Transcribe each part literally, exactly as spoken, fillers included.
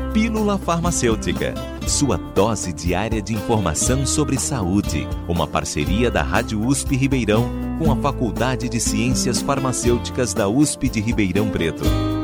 Pílula Farmacêutica, sua dose diária de informação sobre saúde. Uma parceria da Rádio U S P Ribeirão com a Faculdade de Ciências Farmacêuticas da U S P de Ribeirão Preto.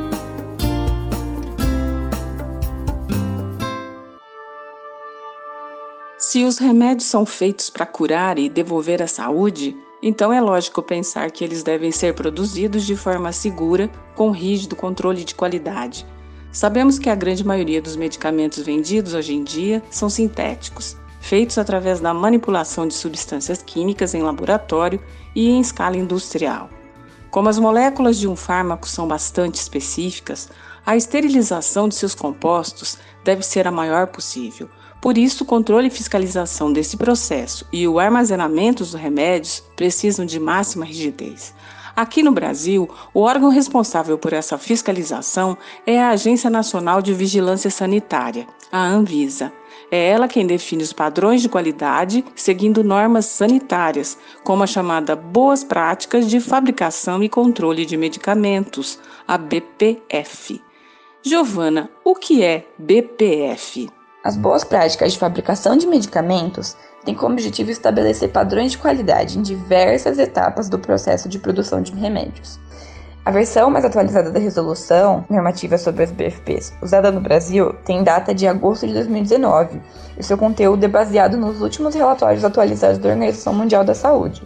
Se os remédios são feitos para curar e devolver a saúde, então é lógico pensar que eles devem ser produzidos de forma segura, com rígido controle de qualidade. Sabemos que a grande maioria dos medicamentos vendidos hoje em dia são sintéticos, feitos através da manipulação de substâncias químicas em laboratório e em escala industrial. Como as moléculas de um fármaco são bastante específicas, a esterilização de seus compostos deve ser a maior possível. Por isso, o controle e fiscalização desse processo e o armazenamento dos remédios precisam de máxima rigidez. Aqui no Brasil, o órgão responsável por essa fiscalização é a Agência Nacional de Vigilância Sanitária, a Anvisa. É ela quem define os padrões de qualidade seguindo normas sanitárias, como a chamada Boas Práticas de Fabricação e Controle de Medicamentos, a B P F. Giovana, o que é B P F? As boas práticas de fabricação de medicamentos têm como objetivo estabelecer padrões de qualidade em diversas etapas do processo de produção de remédios. A versão mais atualizada da resolução normativa sobre as B F Ps, usada no Brasil, tem data de agosto de dois mil e dezenove, e seu conteúdo é baseado nos últimos relatórios atualizados da Organização Mundial da Saúde.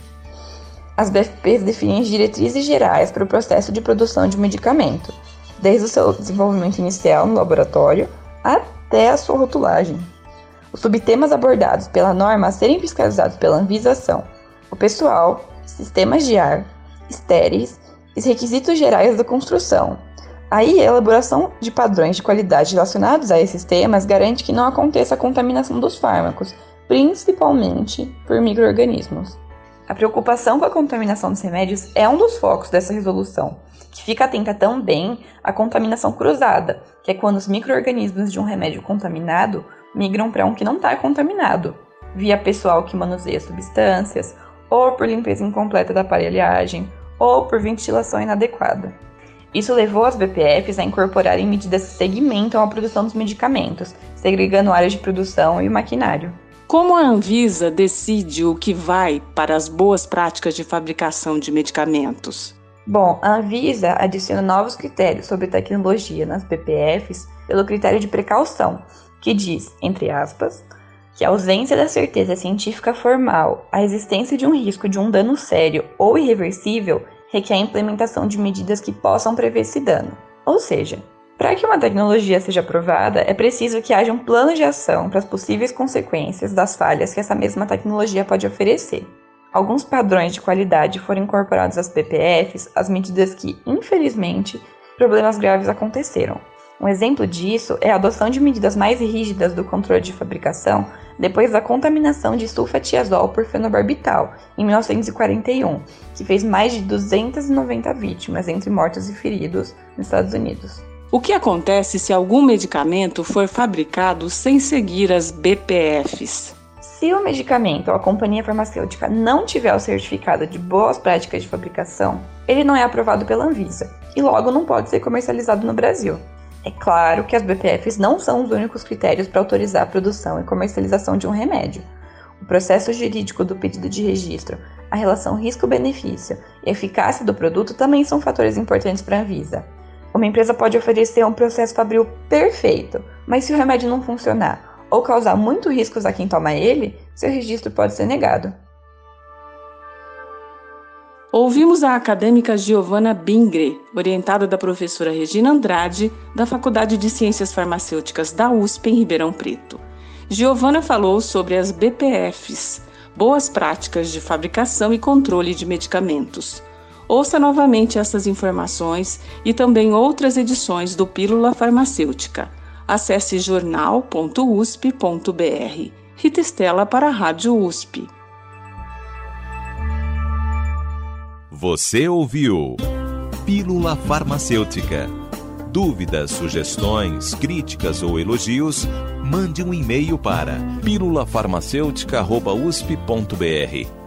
As B F Ps definem diretrizes gerais para o processo de produção de medicamento, desde o seu desenvolvimento inicial no laboratório até a sua rotulagem. Os subtemas abordados pela norma a serem fiscalizados pela Anvisa são o pessoal, sistemas de ar, estéreis e os requisitos gerais da construção. Aí, a elaboração de padrões de qualidade relacionados a esses temas garante que não aconteça a contaminação dos fármacos, principalmente por micro-organismos. A preocupação com a contaminação dos remédios é um dos focos dessa resolução, que fica atenta também à contaminação cruzada, que é quando os micro-organismos de um remédio contaminado migram para um que não está contaminado, via pessoal que manuseia substâncias, ou por limpeza incompleta da aparelhagem, ou por ventilação inadequada. Isso levou as B P Fs a incorporarem medidas que segmentam a produção dos medicamentos, segregando áreas de produção e o maquinário. Como a Anvisa decide o que vai para as boas práticas de fabricação de medicamentos? Bom, a Anvisa adiciona novos critérios sobre tecnologia nas B P Fs pelo critério de precaução, que diz, entre aspas, que a ausência da certeza científica formal, a existência de um risco de um dano sério ou irreversível, requer a implementação de medidas que possam prever esse dano. Ou seja, para que uma tecnologia seja aprovada, é preciso que haja um plano de ação para as possíveis consequências das falhas que essa mesma tecnologia pode oferecer. Alguns padrões de qualidade foram incorporados às B P Fs às medidas que, infelizmente, problemas graves aconteceram. Um exemplo disso é a adoção de medidas mais rígidas do controle de fabricação depois da contaminação de sulfatiazol por fenobarbital, em mil novecentos e quarenta e um, que fez mais de duzentas e noventa vítimas entre mortos e feridos nos Estados Unidos. O que acontece se algum medicamento for fabricado sem seguir as B P Fs? Se o medicamento ou a companhia farmacêutica não tiver o certificado de boas práticas de fabricação, ele não é aprovado pela Anvisa e logo não pode ser comercializado no Brasil. É claro que as B P Fs não são os únicos critérios para autorizar a produção e comercialização de um remédio. O processo jurídico do pedido de registro, a relação risco-benefício e a eficácia do produto também são fatores importantes para a Anvisa. Uma empresa pode oferecer um processo fabril perfeito, mas se o remédio não funcionar ou causar muitos riscos a quem toma ele, seu registro pode ser negado. Ouvimos a acadêmica Giovana Bingre, orientada da professora Regina Andrade, da Faculdade de Ciências Farmacêuticas da U S P em Ribeirão Preto. Giovana falou sobre as B P Fs, Boas Práticas de Fabricação e Controle de Medicamentos. Ouça novamente essas informações e também outras edições do Pílula Farmacêutica. Acesse jornal ponto u s p ponto b r. Rita Estela para a Rádio U S P. Você ouviu Pílula Farmacêutica. Dúvidas, sugestões, críticas ou elogios, mande um e-mail para pílula farmacêutica arroba u s p ponto b r.